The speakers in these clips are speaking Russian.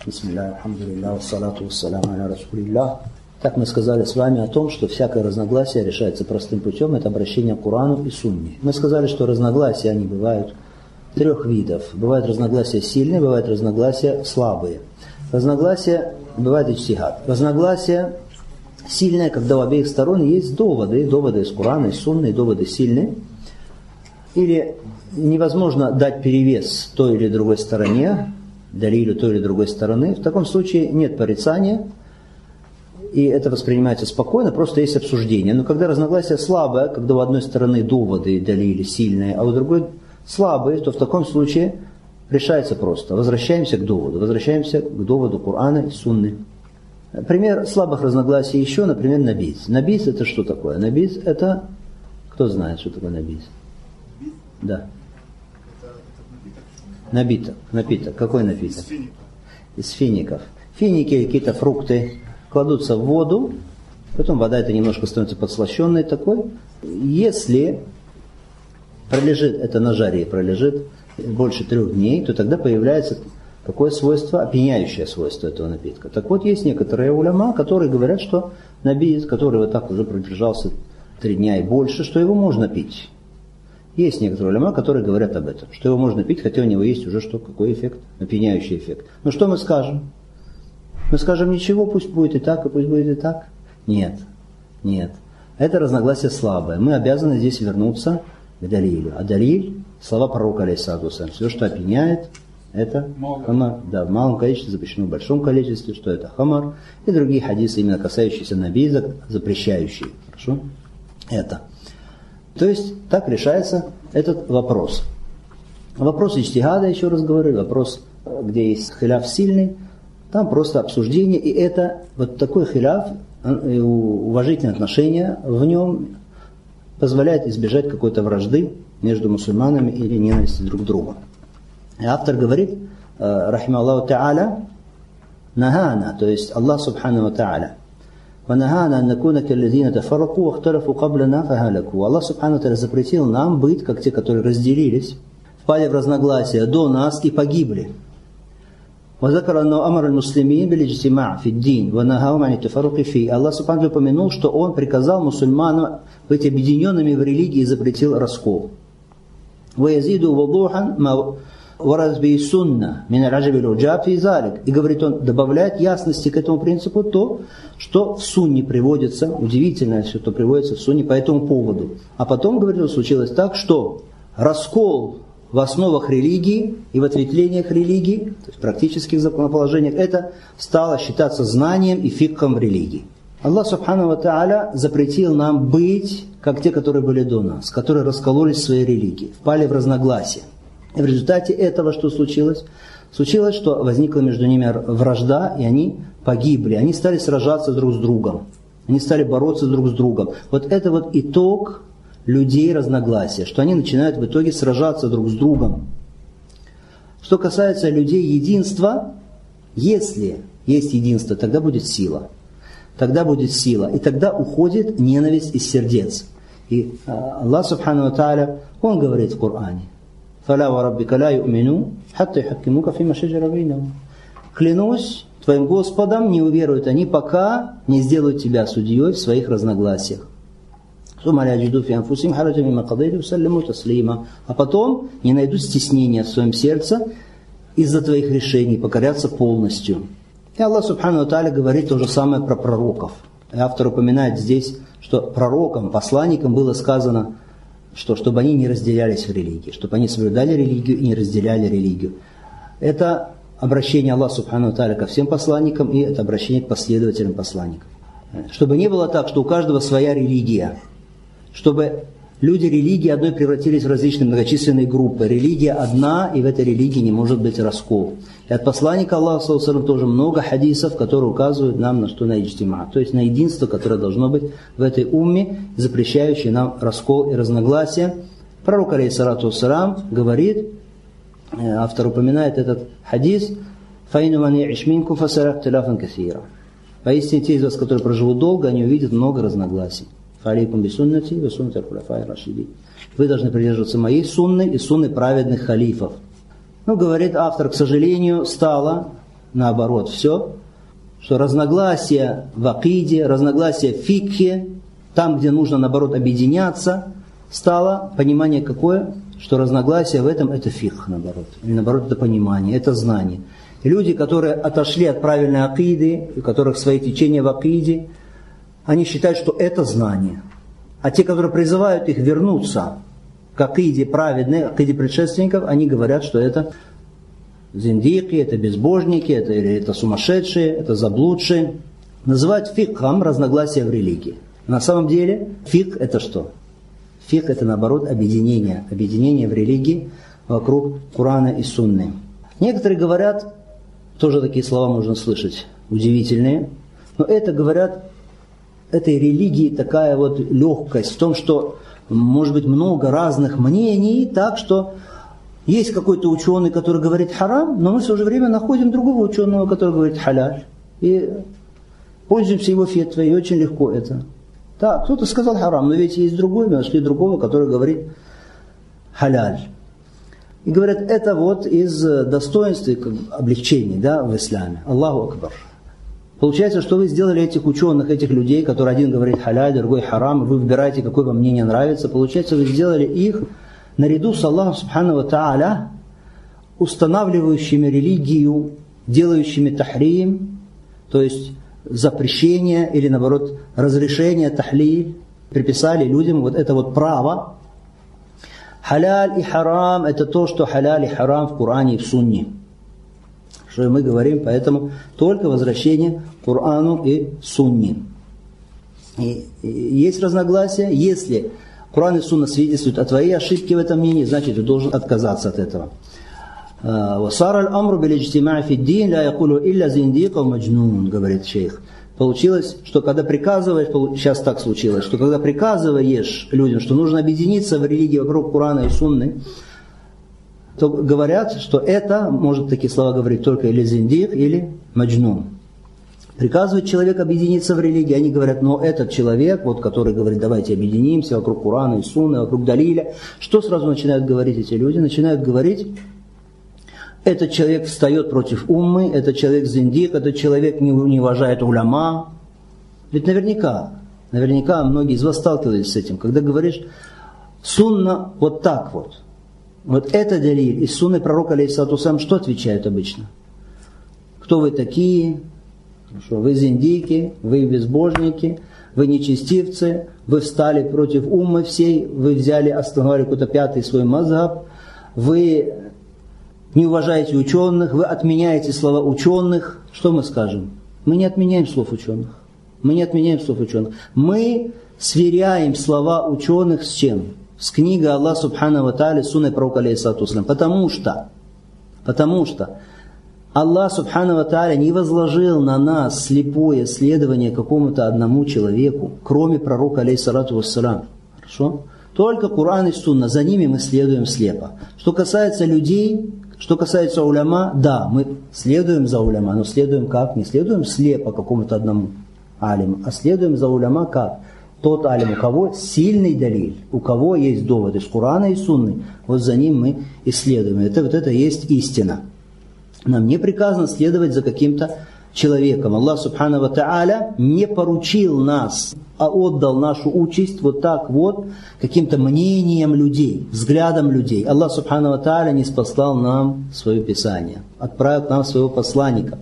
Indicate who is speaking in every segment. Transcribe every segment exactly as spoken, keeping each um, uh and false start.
Speaker 1: Бисмилля, алхамдулилля, вассалату вассаляму аля расулилля. Так мы сказали с вами о том, что всякое разногласие решается простым путем, это обращение к Корану и Сунне. Мы сказали, что разногласия, они бывают трех видов. Бывают разногласия сильные, бывают разногласия слабые. Разногласия бывает иджтихад. Разногласия сильное, когда у обеих сторон есть доводы, доводы из Корана, из Сунны, доводы сильные. Или невозможно дать перевес той или другой стороне, далилю той или другой стороны. В таком случае нет порицания, и это воспринимается спокойно, просто есть обсуждение. Но когда разногласие слабое, когда у одной стороны доводы далили сильные, а у другой слабые, то в таком случае решается просто. Возвращаемся к доводу, возвращаемся к доводу Корана и Сунны. Пример слабых разногласий еще, например, набиз. Набиз это что такое? Набиз это, кто знает, что такое набиз? Да. Напиток. Напиток. Какой напиток? Из фиников. Из фиников. Финики, какие-то фрукты кладутся в воду, потом вода это немножко становится подслащенной такой. Если пролежит, это на жаре пролежит больше трех дней, то тогда появляется какое свойство? Опьяняющее свойство этого напитка. Так вот, есть некоторые уляма, которые говорят, что набиз, который вот так уже продержался три дня и больше, что его можно пить. Есть некоторые уляма, которые говорят об этом, что его можно пить, хотя у него есть уже что, какой эффект? Опьяняющий эффект. Ну что мы скажем? Мы скажем ничего, пусть будет и так, и пусть будет и так. Нет, нет. Это разногласие слабое. Мы обязаны здесь вернуться к далилю. А далиль, слова пророка алейхиссалату вассалям, все, что опьяняет, это хамар. Да, в малом количестве, запрещено в большом количестве, что это хамар. И другие хадисы, именно касающиеся набиза, запрещающие. Хорошо? Это. То есть, так решается этот вопрос. Вопрос иджтихада, еще раз говорю, вопрос, где есть хиляф сильный, там просто обсуждение, и это вот такой хиляф, уважительное отношение в нем позволяет избежать какой-то вражды между мусульманами или ненависти друг к другу. И автор говорит, рахима Аллаху та'аля, нагана, то есть Аллах субхану ва та'аля, وَنَهَانَا أَن نَكُونَ كَالَّذِينَ تَفَرَّقُوا وَاخْتَلَفُوا قَبْلَنَا فَهَلَكُوا. Аллах субхану ва та'аля запретил нам быть, как те, которые разделились, впали в разногласия до нас и погибли. وَذَكَرَ أَنَّهُ أَمَرَ الْمُسْلِمِينَ بِالِاجْتِمَاعِ فِي الدِّينِ وَنَهَاهُمْ عَنِ التَّفَرُّقِ فِيهِ. Аллах субхану ва та'аля упомянул, что Он приказал мусульманам быть объединенными в религии и запретил раскол. وَيَزِيدُ وَضُوحًا مَا وَرَدَتْ بِهِ السُّنَّةُ مِنَ الْعَجَبِ وَالْعُجَابِ فِي ذَلِكَ. И говорит он, добавляет ясности к этому принципу то, что в сунне приводится, удивительное все, что приводится в сунне по этому поводу. А потом, говорит, случилось так, что раскол в основах религии и в ответвлениях религии, то есть практических законоположениях, это стало считаться знанием и фикхом в религии. Аллах субхану ва та'аля запретил нам быть, как те, которые были до нас, которые раскололись в своей религии, впали в разногласия. И в результате этого что случилось? Случилось, что возникла между ними вражда, и они погибли. Они стали сражаться друг с другом. Они стали бороться друг с другом. Вот это вот итог людей разногласия, что они начинают в итоге сражаться друг с другом. Что касается людей единства, если есть единство, тогда будет сила. Тогда будет сила. И тогда уходит ненависть из сердец. И Аллах субхану ва та'аля, Он говорит в Коране, فَلَا وَرَبِّكَ لَا يُؤْمِنُوا حَتَّى يُحَكِّمُوكَ فِيمَا شَجَرَ بَيْنَهُمْ. Клянусь твоим Господом, не уверуют они, пока не сделают тебя судьей в своих разногласиях. А потом не найдут стеснения в своем сердце из-за твоих решений, покорятся полностью. И Аллах субхану ва та'аля говорит то же самое про пророков. И автор упоминает здесь, что пророкам, посланникам было сказано, что чтобы они не разделялись в религии, чтобы они соблюдали религию и не разделяли религию. Это обращение Аллаха субхану ва та'аля ко всем посланникам, и это обращение к последователям посланников. Чтобы не было так, что у каждого своя религия. Чтобы люди религии одной превратились в различные многочисленные группы. Религия одна, и в этой религии не может быть раскол. И от посланника Аллаха саллаллаху алейхи ва саллям тоже много хадисов, которые указывают нам на что? На иджтима. То есть на единство, которое должно быть в этой умме, запрещающее нам раскол и разногласия. Пророк алейхиссалату вассалям говорит, автор упоминает этот хадис, فَإِنُّ مَنْ يَعِشْ مِنْكُمْ فَسَيَرَى اخْتِلَافًا كَثِيرًا. Поистине те из вас, которые проживут долго, они увидят много разногласий. فَعَلَيْكُمْ بِسُنَّتِي وَسُنَّةِ الْخُلَفَاءِ الرَّاشِدِينَ. Вы должны придерживаться моей сунны и сунны праведных халифов. Ну, говорит автор, к сожалению, стало наоборот все, что разногласия в акиде, разногласия в фикхе, там, где нужно, наоборот, объединяться, стало понимание какое? Что разногласия в этом – это фикх, наоборот. Или наоборот, это понимание, это знание. И люди, которые отошли от правильной акиды, у которых свои течения в акиде, они считают, что это знание. А те, которые призывают их вернуться к акиде праведной, акиде предшественников, они говорят, что это зиндики, это безбожники, это, или это сумасшедшие, это заблудшие. Называют фикхом разногласия в религии. На самом деле фикх это что? Фикх это наоборот объединение. Объединение в религии вокруг Корана и Сунны. Некоторые говорят, тоже такие слова можно слышать, удивительные, но это говорят, этой религии такая вот легкость в том, что может быть много разных мнений, так что есть какой-то ученый, который говорит харам, но мы в то же время находим другого ученого, который говорит халяль. И пользуемся его фетвой, и очень легко это. Да, кто-то сказал харам, но ведь есть другой, мы нашли другого, который говорит халяль. И говорят, это вот из достоинств и облегчений, да, в исламе. Аллаху акбар. Получается, что вы сделали этих ученых, этих людей, которые один говорит халяль, другой харам, вы выбираете, какое вам мнение нравится. Получается, вы сделали их наряду с Аллахом Субхану ва Тааля, устанавливающими религию, делающими тахрим, то есть запрещение или наоборот разрешение, тахлиль, приписали людям вот это вот право. Халяль и харам это то, что халяль и харам в Коране и в Сунне. Что мы говорим, поэтому только возвращение к Корану и Сунне. И, и есть разногласия, если Коран и Сунна свидетельствуют о твоей ошибке в этом мнении, значит, ты должен отказаться от этого. «Васара аль-амру биль-иджтима'и фид-дин ла якулу илля зиндик ау маджнун», говорит шейх. Получилось, что когда приказываешь, сейчас так случилось, что когда приказываешь людям, что нужно объединиться в религии вокруг Корана и Сунны, то говорят, что это, может такие слова говорить только или зиндик, или маджнун. Приказывает человек объединиться в религии, они говорят, но этот человек, вот, который говорит, давайте объединимся вокруг Корана и Сунны, вокруг Далиля, что сразу начинают говорить эти люди? Начинают говорить, этот человек встает против уммы, этот человек зиндик, этот человек не, не уважает уляма. Ведь наверняка, наверняка многие из вас сталкивались с этим, когда говоришь, Сунна вот так вот. Вот это Далиль из Сунны пророка, алейхиссалату вассалям, что отвечают обычно? Кто вы такие? Что вы зиндики, вы безбожники, вы нечестивцы, вы встали против уммы всей, вы взяли, основали какой-то пятый свой мазхаб, вы не уважаете ученых, вы отменяете слова ученых. Что мы скажем? Мы не отменяем слов ученых. Мы не отменяем слов ученых. Мы сверяем слова ученых с чем? С книгой Аллаха Субхану ва Тааля, Сунной пророка, алейхиссалату вассалям. Потому что, потому что Аллах Субхану ва Тааля не возложил на нас слепое следование какому-то одному человеку, кроме пророка, алейхиссалату вассалям. Хорошо? Только Коран и Сунна, за ними мы следуем слепо. Что касается людей, что касается уляма, да, мы следуем за уляма, но следуем как? Не следуем слепо какому-то одному алиму, а следуем за уляма как? Тот алим, у кого сильный далиль, у кого есть довод из Корана и Сунны, вот за ним мы и следуем. Это, вот это есть истина. Нам не приказано следовать за каким-то человеком. Аллах Субхану ва Тааля не поручил нас, а отдал нашу участь вот так вот каким-то мнением людей, взглядом людей. Аллах Субхану ва Тааля не спаслал нам свое Писание, отправил нам своего посланника.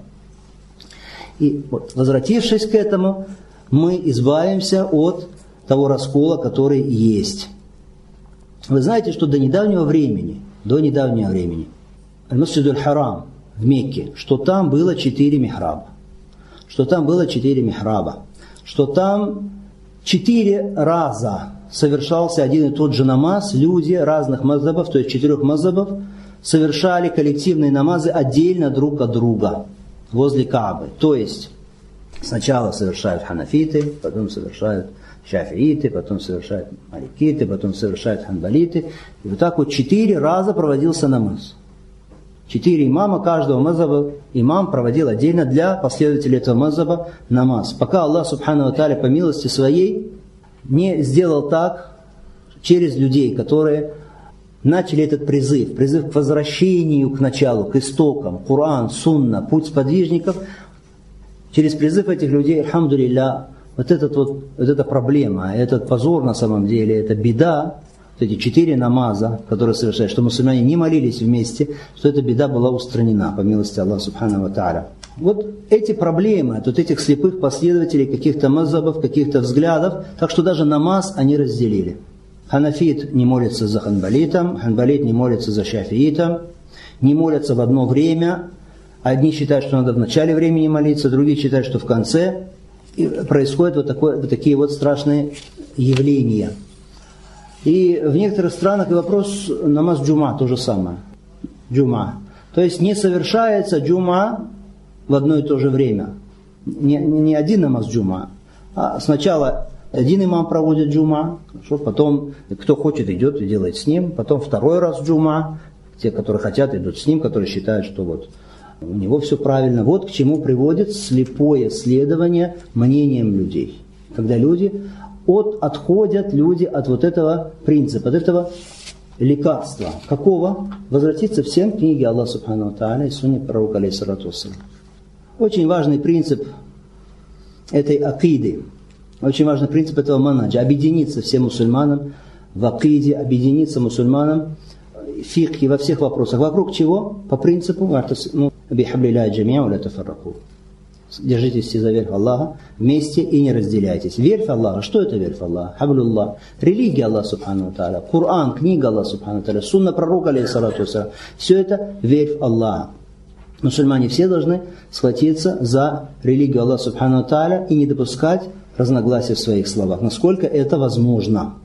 Speaker 1: И вот, возвратившись к этому, мы избавимся от того раскола, который есть. Вы знаете, что до недавнего времени, до недавнего времени, Аль-Масджид Аль-Харам в Мекке, что там было четыре михраба, что там было четыре михраба, что там четыре раза совершался один и тот же намаз, люди разных мазхабов, то есть четырех мазхабов, совершали коллективные намазы отдельно друг от друга возле Каабы. То есть сначала совершают ханафиты, потом совершают шафииты, потом совершают маликиты, потом совершают ханбалиты. И вот так вот четыре раза проводился намаз. Четыре имама каждого мазхаба имам проводил отдельно для последователей этого мазхаба намаз. Пока Аллах Субхану ва Тааля по милости своей не сделал так через людей, которые начали этот призыв, призыв к возвращению к началу, к истокам, Коран, Сунна, путь сподвижников, через призыв этих людей, альхамдулилля, вот, этот вот, вот эта проблема, этот позор на самом деле, это беда, вот эти четыре намаза, которые совершают, что мусульмане не молились вместе, что эта беда была устранена, по милости Аллаха субхану ва тааля. Вот эти проблемы, от вот этих слепых последователей каких-то мазхабов, каких-то взглядов, так что даже намаз они разделили. Ханафит не молится за ханбалитом, ханбалит не молится за шафиитом, не молятся в одно время. Одни считают, что надо в начале времени молиться, другие считают, что в конце. И происходят вот, такое, вот такие вот страшные явления. И в некоторых странах и вопрос намаз джума то же самое. Джума. То есть не совершается джума в одно и то же время. Не, не один намаз джума, а сначала один имам проводит джума, потом кто хочет идет и делает с ним, потом второй раз джума, те, которые хотят, идут с ним, которые считают, что вот у него все правильно. Вот к чему приводит слепое следование мнениям людей. Когда люди от, отходят люди от вот этого принципа, от этого лекарства. Какого? Возвратиться всем к книге Аллаха субхану ва тааля и сунне пророка алейхиссалату вассалям. Очень важный принцип этой акиды, очень важный принцип этого манаджа. Объединиться всем мусульманам в акиде, объединиться мусульманам в фикхе, во всех вопросах. Вокруг чего? По принципу держитесь за верх Аллаха вместе и не разделяйтесь. Верь в Аллаха. Что это верь в Аллаха? Хаблюллах. Религия Аллаха субхану ва тааля. Коран, книга Аллаха субхану ва тааля. Сунна пророка алейхиссалату вассалям. Все это верь в Аллаха. Мусульмане все должны схватиться за религию Аллаха субхану ва тааля и не допускать разногласий в своих словах, насколько это возможно.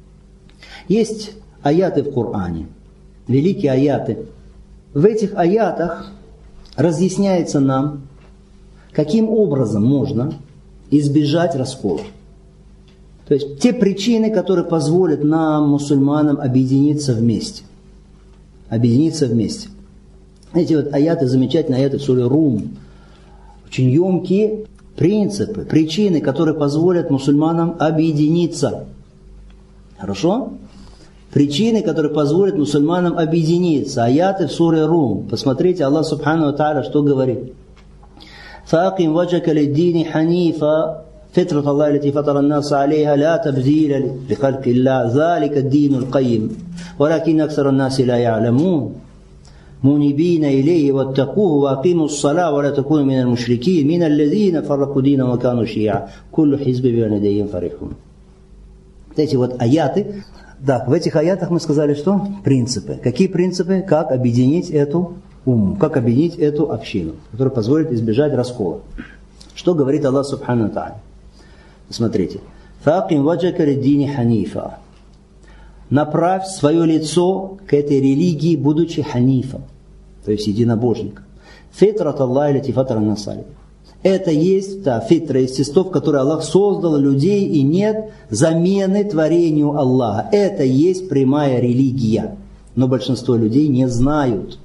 Speaker 1: Есть аяты в Коране, великие аяты. В этих аятах разъясняется нам, каким образом можно избежать раскола. То есть те причины, которые позволят нам, мусульманам, объединиться вместе. Объединиться вместе. Эти вот аяты, замечательные аяты в суре Рум, очень емкие принципы, причины, которые позволят мусульманам объединиться. Хорошо? Причины, которые позволят мусульманам объединиться. Аяты в суре Рум. Посмотрите, Аллах субхану ва тааля что говорит. فَأَقِمْ وَجْهَكَ لِلدِّينِ حَنِيفًا فِطْرَةَ اللَّهِ الَّتِي فَطَرَ النَّاسَ عَلَيْهَا لَا تَبْدِيلَ لِخَلْقِ اللَّهِ ذَلِكَ الدِّينُ الْقَيِّمُ وَلَكِنَّ أَكْثَرَ النَّاسِ لَا يَعْلَمُونَ منيبين إليه واتقوه وأقيموا الصلاة ولا تكونوا من المشركين من الذين فرقوا دينهم وكانوا شيعا كل حزب بما لديهم فرحون. Эти вот аяты, да, в этих аятах мы сказали, что принципы. Какие принципы? Как объединить эту уму, как объединить эту общину, которая позволит избежать раскола. Что говорит Аллах субхану ва тааля? Смотрите. فَأَقِمْ وَجْهَكَ لِلدِّينِ حَنِيفًا. Направь свое лицо к этой религии, будучи ханифом, то есть единобожником. Фитрат Аллах лати фатара насали. Это есть та фитра, естество, в которой Аллах создал людей, и нет замены творению Аллаха. Это есть прямая религия. Но большинство людей не знают.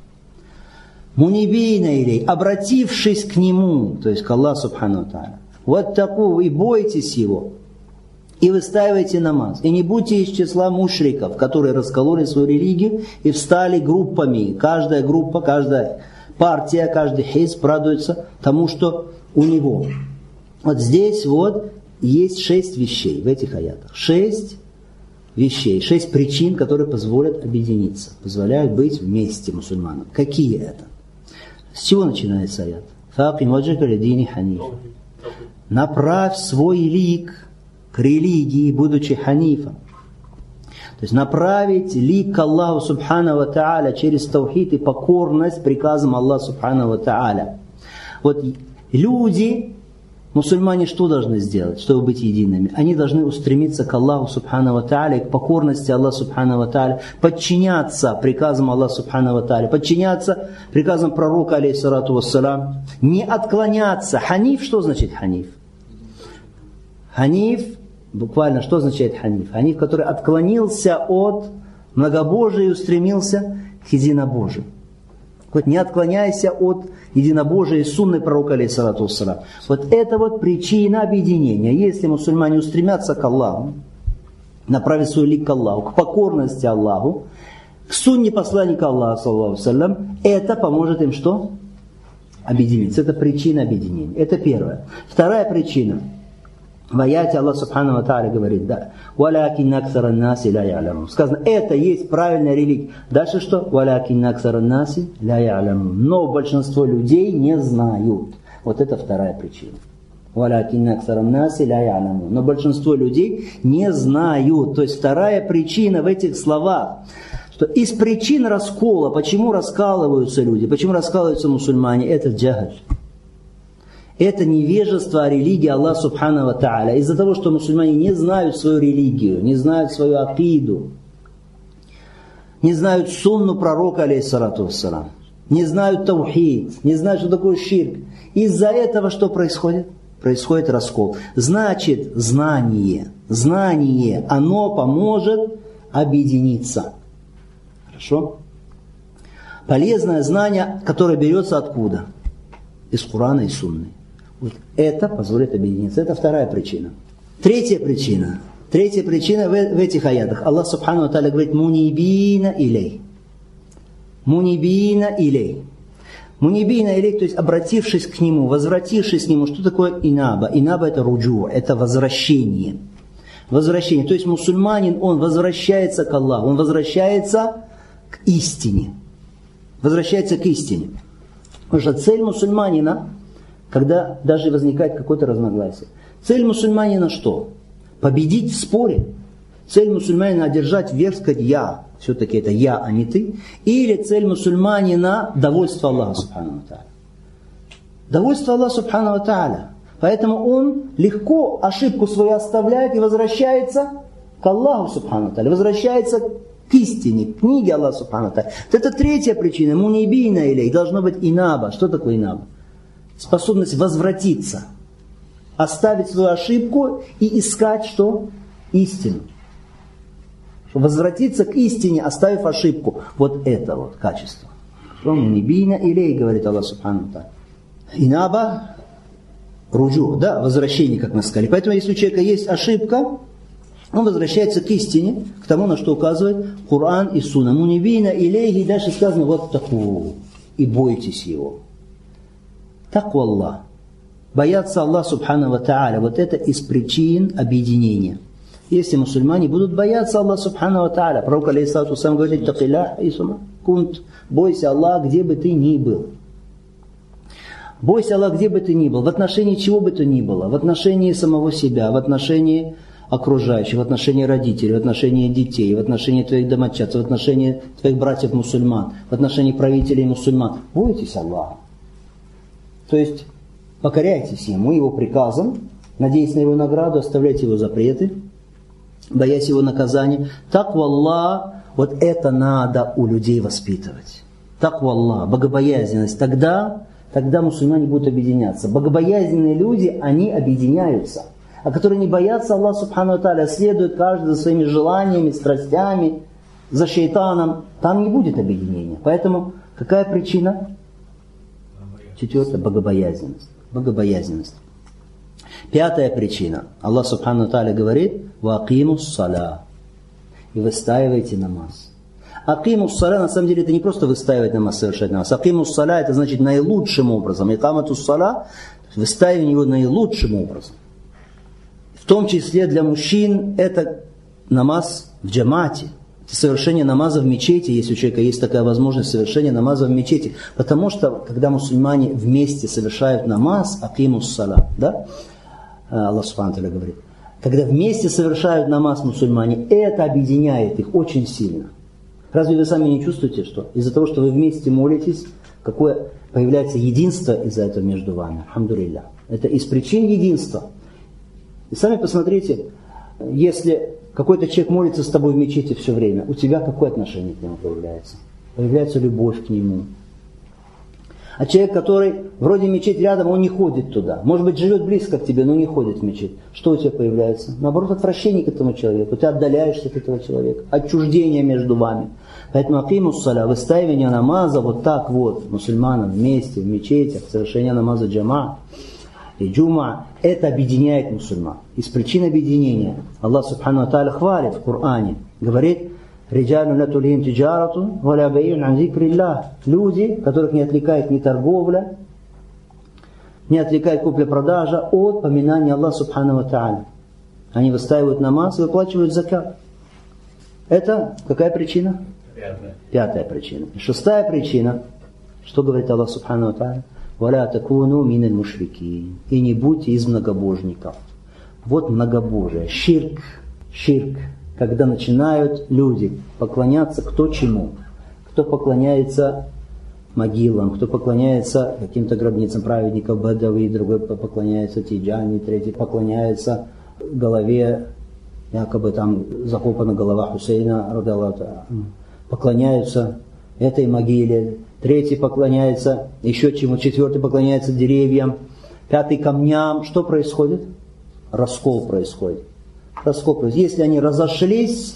Speaker 1: Мунибина илей, обратившись к Нему, то есть к Аллаху субхану ва тааля. Вот такую, и бойтесь Его. И выстаивайте намаз. И не будьте из числа мушриков, которые раскололи свою религию и встали группами. Каждая группа, каждая партия, каждый хизб радуется тому, что у него. Вот здесь вот есть шесть вещей в этих аятах. Шесть вещей, шесть причин, которые позволят объединиться, позволяют быть вместе мусульманам. Какие это? С чего начинается аят? «Фааким ваджака лидини ханиф». Направь свой лик к религии, будучи ханифом. То есть направить лик к Аллаху субхану ва тааля через таухид и покорность приказам Аллаха субхану ва тааля. Вот люди, мусульмане, что должны сделать, чтобы быть едиными? Они должны устремиться к Аллаху субхану ва тааля, к покорности Аллаха субхану ва тааля, подчиняться приказам Аллаха субхану ва тааля, подчиняться приказам пророка алейхиссалату вассалам, не отклоняться. Ханиф, что значит ханиф? Ханиф, буквально, что означает ханиф? Ханиф, который отклонился от многобожия и устремился к единобожию. Вот не отклоняйся от единобожия и сунны пророка алейхиссалату вассалам. Вот это вот причина объединения. Если мусульмане устремятся к Аллаху, направить свой лик к Аллаху, к покорности Аллаху, к сунне посланника Аллаха, саллаллаху алейхи ва саллям, это поможет им что? Объединиться. Это причина объединения. Это первое. Вторая причина. В аяте Аллах Субхану ва Тааля говорит, да, «Валякин аксара наси ля я'лямун». Сказано, это есть правильная религия. Дальше что? «Валякин аксара наси ля я'лямун». Но большинство людей не знают. Вот это вторая причина. «Валякин аксара наси ля я'лямун». Но большинство людей не знают. То есть вторая причина в этих словах, что из причин раскола, почему раскалываются люди, почему раскалываются мусульмане, это джахаль. Это невежество о религии Аллаха Субхану ва Тааля. Из-за того, что мусульмане не знают свою религию, не знают свою акиду, не знают сунну пророка, алейхиссалату вассалам, не знают таухид, не знают, что такое ширк. Из-за этого что происходит? Происходит раскол. Значит, знание, знание, оно поможет объединиться. Хорошо? Полезное знание, которое берется откуда? Из Корана и Сунны. Вот это позволит объединиться. Это вторая причина. Третья причина. Третья причина в, в этих аятах. Аллах Субхану ва Тааля говорит, «Мунибина илей». Мунибина илей. Мунибина илей, то есть обратившись к Нему, возвратившись к Нему. Что такое инаба? Инаба это руджу, это возвращение. Возвращение. То есть мусульманин, он возвращается к Аллаху, он возвращается к истине. Возвращается к истине. Потому что цель мусульманина, когда даже возникает какое-то разногласие, цель мусульманина что? Победить в споре. Цель мусульманина одержать верх, сказать «я». Все-таки это «я», а не «ты». Или цель мусульманина довольство Аллаха Субхану ва Тааля. Довольство Аллаха Субхану ва Тааля. Поэтому он легко ошибку свою оставляет и возвращается к Аллаху Субхану ва Тааля. Возвращается к истине, к книге Аллаха Субхану ва Тааля. Вот это третья причина. Мунибина илей. Должно быть инаба. Что такое инаба? Способность возвратиться. Оставить свою ошибку и искать что? Истину. Возвратиться к истине, оставив ошибку. Вот это вот качество. Мунибина илей, говорит Аллах Субхану ва Тааля. Инаба, руджу, да, возвращение, как мы сказали. Поэтому, если у человека есть ошибка, он возвращается к истине, к тому, на что указывает Коран и Сунна. Мунибина илейхи, и дальше сказано вот таку, и бойтесь его. Таку Аллах. Бояться Аллаха Субхану ва Тааля. Вот это из причин объединения. Если мусульмане будут бояться Аллаха Субхану ва Тааля, пророк алейхиссалату вассалям говорит, такилля исума кунт, бойся Аллаха, где бы ты ни был. Бойся Аллаха, где бы ты ни был, в отношении чего бы то ни было, в отношении самого себя, в отношении окружающих, в отношении родителей, в отношении детей, в отношении твоих домочадцев, в отношении твоих братьев-мусульман, в отношении правителей мусульман. Бойтесь Аллаха. То есть покоряйтесь Ему, Его приказам, надеясь на Его награду, оставляйте Его запреты, боясь Его наказания. Таква Аллах, вот это надо у людей воспитывать. Таква Аллах, богобоязненность. Тогда, тогда мусульмане будут объединяться. Богобоязненные люди, они объединяются. А которые не боятся Аллаха Субхану ва Тааля, следуют каждый за своими желаниями, страстями, за шейтаном, там не будет объединения. Поэтому какая причина? Четвертая, богобоязненность. Богобоязненность. Пятая причина. Аллах Субхану ва Тааля говорит, «Ваакимус саля». И выстаивайте намаз. Акимус саля, на самом деле, это не просто выстаивать намаз, совершать намаз. Акимус саля, это значит наилучшим образом. Икаматус саля, выстаивание его наилучшим образом. В том числе для мужчин это намаз в джамате. Это совершение намаза в мечети, если у человека есть такая возможность совершения намаза в мечети. Потому что, когда мусульмане вместе совершают намаз, акимус саля, да? Аллах Субхану ва Тааля говорит. Когда вместе совершают намаз мусульмане, это объединяет их очень сильно. Разве вы сами не чувствуете, что из-за того, что вы вместе молитесь, какое появляется единство из-за этого между вами? Алхамдулилля. Это из причин единства. И сами посмотрите, если какой-то человек молится с тобой в мечети все время, у тебя какое отношение к нему появляется? Появляется любовь к нему. А человек, который вроде мечеть рядом, он не ходит туда. Может быть, живет близко к тебе, но не ходит в мечеть. Что у тебя появляется? Наоборот, отвращение к этому человеку. Ты отдаляешься от этого человека. Отчуждение между вами. Поэтому акимус саля, выстаивание намаза вот так вот, мусульманам вместе, в мечетях, совершение намаза джама и джума, это объединяет мусульман. Из причин объединения Аллах Субхану ва Тааля хвалит в Коране. Говорит, Риджалун ла тулхихим тиджаратун ва ла бай'ун ан зикриллах. Люди, которых не отвлекает ни торговля, не отвлекает купля-продажа от поминания Аллаха субхану ва тааля. Они выстаивают намаз и выплачивают закат. Это какая причина?
Speaker 2: Пятая.
Speaker 1: Пятая причина. Шестая причина. Что говорит Аллах субхану ва тааля? «Валя такуну миналь мушрикин». И не будьте из многобожников. Вот многобожие. Ширк. Ширк. Когда начинают люди поклоняться кто чему. Кто поклоняется могилам, кто поклоняется каким-то гробницам праведников Бадави, другой поклоняется Тиджани, третий поклоняется голове, якобы там закопана голова Хусейна, радаллаху, поклоняются этой могиле, третий поклоняется еще чему, четвертый поклоняется деревьям, пятый камням. Что происходит? Раскол происходит. Раскол происходит. Если они разошлись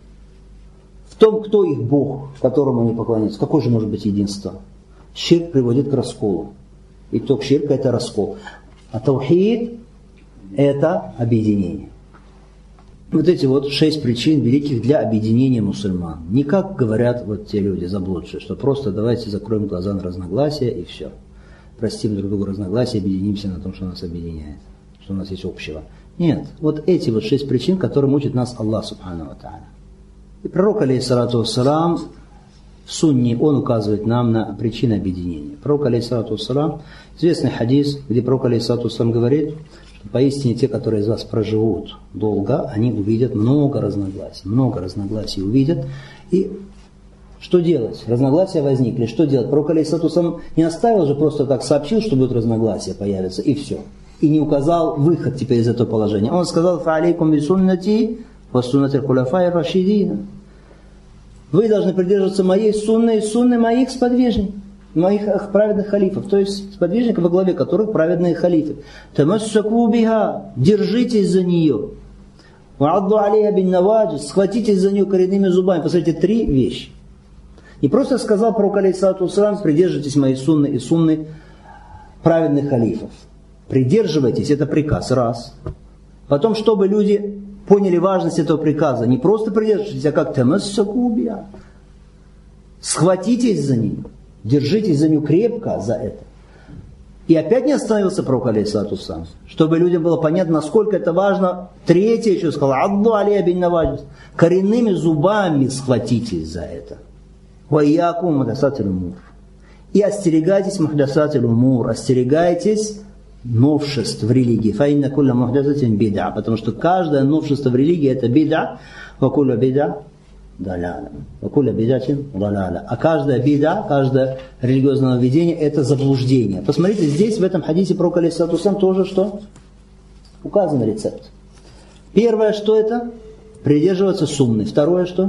Speaker 1: в том, кто их Бог, которому они поклоняются, какое же может быть единство? Ширк приводит к расколу. Итог ширка – это раскол. А таухид – это объединение. Вот эти вот шесть причин великих для объединения мусульман. Не как говорят вот те люди заблудшие, что просто давайте закроем глаза на разногласия и все. Простим друг другу разногласия, объединимся на том, что нас объединяет, что у нас есть общего. Нет, вот эти вот шесть причин, которым учит нас Аллах субхану ва тааля. И пророк, алейхиссалату вассалам, в сунне, он указывает нам на причины объединения. Пророк, алейхиссалату вассалам, известный хадис, где пророк, алейхиссалату вассалам, говорит, что поистине те, которые из вас проживут долго, они увидят много разногласий. Много разногласий увидят. И что делать? Разногласия возникли. Что делать? Пророк, алейхиссалату вассалам, не оставил же просто так, сообщил, что будут разногласия появятся, и все. И не указал выход теперь из этого положения. Он сказал: «Фа'алейкум бисуннати ва суннати аль-хуляфа'i ар-рашидин». Вы должны придерживаться моей сунны и сунны моих сподвижников, моих праведных халифов, то есть сподвижников, во главе которых праведные халифы. «Тамассаку биха», держитесь за нее. «Ва'адду алейха бин наваджис», схватитесь за нее коренными зубами. Посмотрите, три вещи. Не просто сказал пророк, алейхиссалату вассалам, придерживайтесь моей сунны и сунны праведных халифов. Придерживайтесь, это приказ, раз. Потом, чтобы люди поняли важность этого приказа, не просто придерживайтесь, а как тамассаку биха. Схватитесь за нее, держитесь за нее крепко, за это. И опять не остановился пророк, алейхиссалату вассалам, чтобы людям было понятно, насколько это важно. Третье еще сказал: «Адду алейха бин наваджис», коренными зубами схватитесь за это. «Ва иякум мухдасатиль умур». И остерегайтесь мухдасатиль умур, остерегайтесь новшеств в религии. Фаинна кулля мухдасатин бида, потому что каждое новшество в религии это бида. Ва кулля бида даляля. Ва кулля бидатин даляля. А каждая бида, каждое религиозное нововведение это заблуждение. Посмотрите, здесь в этом хадисе пророк, алейхиссалату вассалам, тоже что? Указан рецепт. Первое, что это? Придерживаться сунны. Второе, что?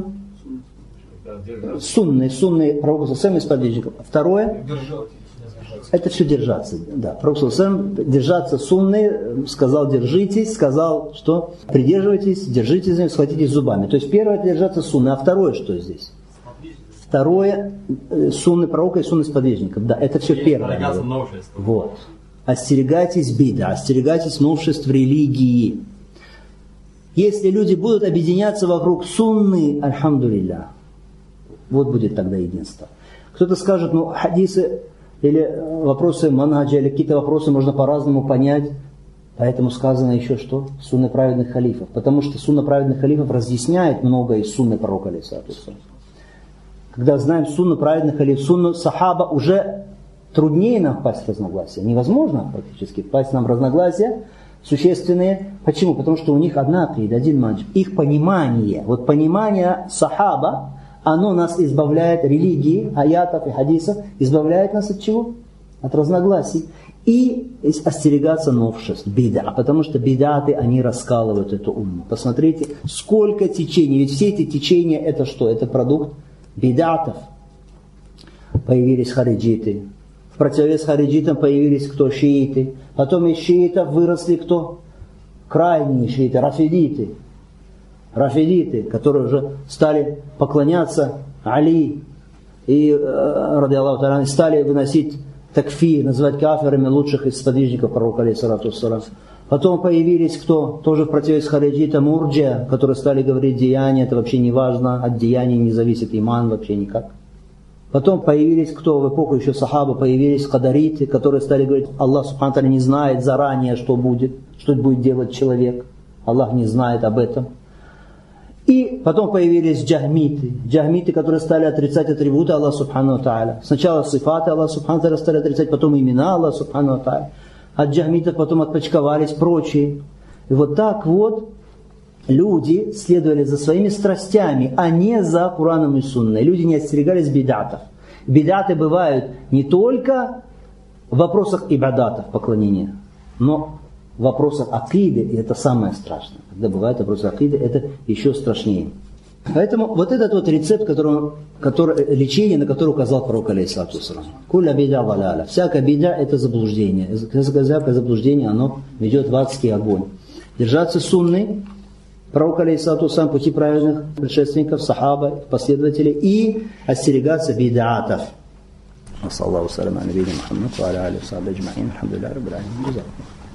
Speaker 1: Сунны, сунны пророка саллаллаху из сподвижников. Второе? Это все держаться. Да. Пророк саллаллаху держаться сунны, сказал держитесь, сказал что? Придерживайтесь, держитесь за ним, схватитесь зубами. То есть первое это держаться сунны, а второе что здесь? Второе сунны пророка и сунны сподвижников. Да, это все первое. Вот. Остерегайтесь бида, остерегайтесь новшеств в религии. Если люди будут объединяться вокруг сунны, альхамдулилля, вот будет тогда единство. Кто-то скажет, ну хадисы или вопросы манхаджа, или какие-то вопросы можно по-разному понять. Поэтому сказано еще что? Сунны праведных халифов. Потому что сунна праведных халифов разъясняет многое из сунны пророка, алейхиссалату вассалам. Когда знаем сунну праведных халифов, сунну сахаба, уже труднее нам впасть в разногласия. Невозможно практически впасть нам в разногласия существенные. Почему? Потому что у них одна акида, один манхадж. Их понимание, вот понимание сахаба, оно нас избавляет, религии, аятов и хадисов, избавляет нас от чего? От разногласий. И остерегаться новшеств, бида. Потому что бидаты, они раскалывают эту умму. Посмотрите, сколько течений. Ведь все эти течения, это что? Это продукт бидатов. Появились хариджиты. В противовес хариджитам появились кто? Шииты. Потом из шиитов выросли кто? Крайние шииты, рафидиты. Рафидиты, которые уже стали поклоняться Али и, ради Аллаху та'аля, стали выносить такфир, называть кафирами лучших из сподвижников пророка, алейхиссалату вассалам. Потом появились кто? Тоже в противовес хариджита, мурджия, которые стали говорить, деяния, это вообще не важно, от деяний не зависит иман вообще никак. Потом появились кто? В эпоху еще сахаба появились кадариты, которые стали говорить, Аллах субхану ва тааля не знает заранее, что будет, что будет делать человек. Аллах не знает об этом. И потом появились джахмиты. Джахмиты, которые стали отрицать атрибуты Аллаха субхану ва тааля. Сначала сифаты Аллаха субхану ва тааля стали отрицать, потом имена Аллаха субхану ва тааля. От джахмитов потом отпочковались прочие. И вот так вот люди следовали за своими страстями, а не за Кураном и Сунной. Люди не остерегались бидатов. Бидаты бывают не только в вопросах ибадатов, поклонения, но в вопросах акиды, и это самое страшное. Когда бывают вопросы акиды, это еще страшнее. Поэтому вот этот вот рецепт, который, который, лечение, на которое указал пророк, алейхиссалату вассалам. Кулля бида валяля. Всякая бида – это заблуждение. Всякое заблуждение, оно ведет в адский огонь. Держаться сунны, пророк, алейхиссалату вассалам, пути праведных предшественников, сахаба, последователей, и остерегаться бидатов. Саллаху саляму алейхи Мухаммад, ва аля алейхи ва сахбихи аджмаин. Алхамдулиллахи раббил алямин.